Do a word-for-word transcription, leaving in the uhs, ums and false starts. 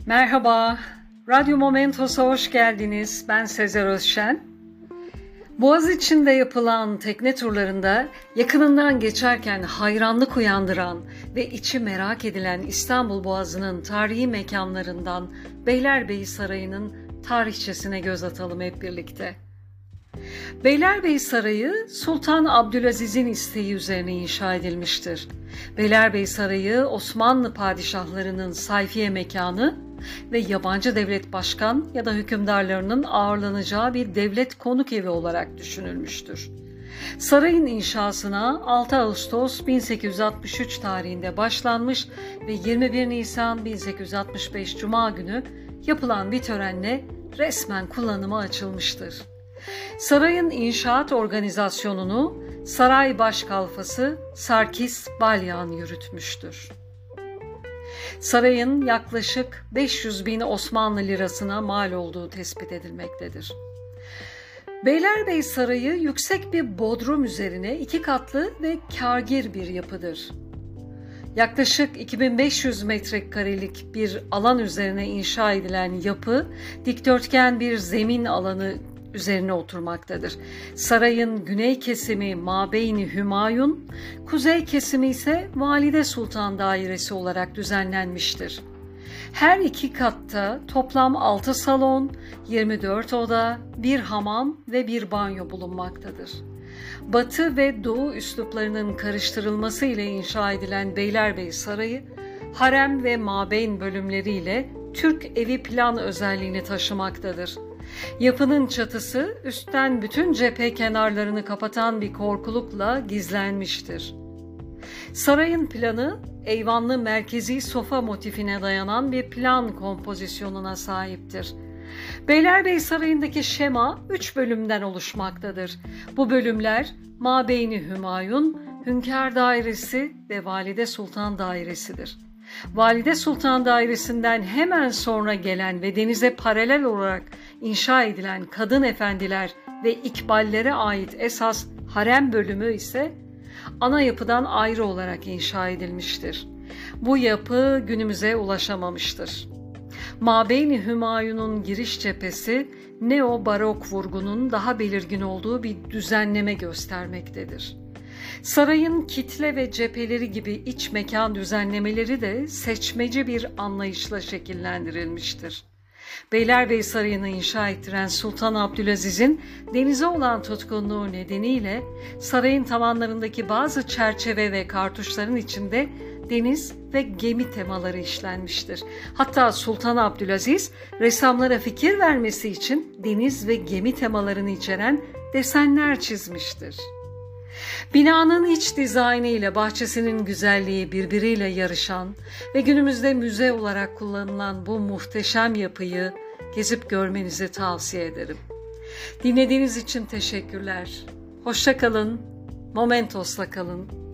Merhaba, Radyo Momentos'a hoş geldiniz. Ben Sezer Özşen. Boğaziçi'nde yapılan tekne turlarında yakınından geçerken hayranlık uyandıran ve içi merak edilen İstanbul Boğazı'nın tarihi mekanlarından Beylerbeyi Sarayı'nın tarihçesine göz atalım hep birlikte. Beylerbeyi Sarayı, Sultan Abdülaziz'in isteği üzerine inşa edilmiştir. Beylerbeyi Sarayı, Osmanlı padişahlarının sayfiye mekanı ve yabancı devlet başkan ya da hükümdarlarının ağırlanacağı bir devlet konuk evi olarak düşünülmüştür. Sarayın inşasına altı Ağustos bin sekiz yüz altmış üç tarihinde başlanmış ve yirmi bir Nisan bin sekiz yüz altmış beş Cuma günü yapılan bir törenle resmen kullanıma açılmıştır. Sarayın inşaat organizasyonunu saray başkalfası Sarkis Balyan yürütmüştür. Sarayın yaklaşık beş yüz bin Osmanlı lirasına mal olduğu tespit edilmektedir. Beylerbeyi Sarayı yüksek bir bodrum üzerine iki katlı ve kârgir bir yapıdır. Yaklaşık iki bin beş yüz metrekarelik bir alan üzerine inşa edilen yapı, dikdörtgen bir zemin alanı üzerine oturmaktadır. Sarayın güney kesimi Mabeyni Hümayun, kuzey kesimi ise Valide Sultan Dairesi olarak düzenlenmiştir. Her iki katta toplam altı salon, yirmi dört oda, bir hamam ve bir banyo bulunmaktadır. Batı ve Doğu üsluplarının karıştırılması ile inşa edilen Beylerbeyi Sarayı, harem ve mabeyn bölümleriyle Türk evi plan özelliğini taşımaktadır. Yapının çatısı üstten bütün cephe kenarlarını kapatan bir korkulukla gizlenmiştir. Sarayın planı eyvanlı merkezi sofa motifine dayanan bir plan kompozisyonuna sahiptir. Beylerbeyi Sarayı'ndaki şema üç bölümden oluşmaktadır. Bu bölümler Mabeyni Hümayun, Hünkâr Dairesi ve Valide Sultan Dairesi'dir. Valide Sultan Dairesi'nden hemen sonra gelen ve denize paralel olarak inşa edilen kadın efendiler ve ikballere ait esas harem bölümü ise ana yapıdan ayrı olarak inşa edilmiştir. Bu yapı günümüze ulaşamamıştır. Mabeyni Hümayun'un giriş cephesi neo-barok vurgunun daha belirgin olduğu bir düzenleme göstermektedir. Sarayın kitle ve cepheleri gibi iç mekan düzenlemeleri de seçmeci bir anlayışla şekillendirilmiştir. Beylerbeyi Sarayı'nı inşa ettiren Sultan Abdülaziz'in denize olan tutkunluğu nedeniyle sarayın tavanlarındaki bazı çerçeve ve kartuşların içinde deniz ve gemi temaları işlenmiştir. Hatta Sultan Abdülaziz ressamlara fikir vermesi için deniz ve gemi temalarını içeren desenler çizmiştir. Binanın iç dizaynı ile bahçesinin güzelliği birbiriyle yarışan ve günümüzde müze olarak kullanılan bu muhteşem yapıyı gezip görmenizi tavsiye ederim. Dinlediğiniz için teşekkürler. Hoşça kalın, Momentos'la kalın.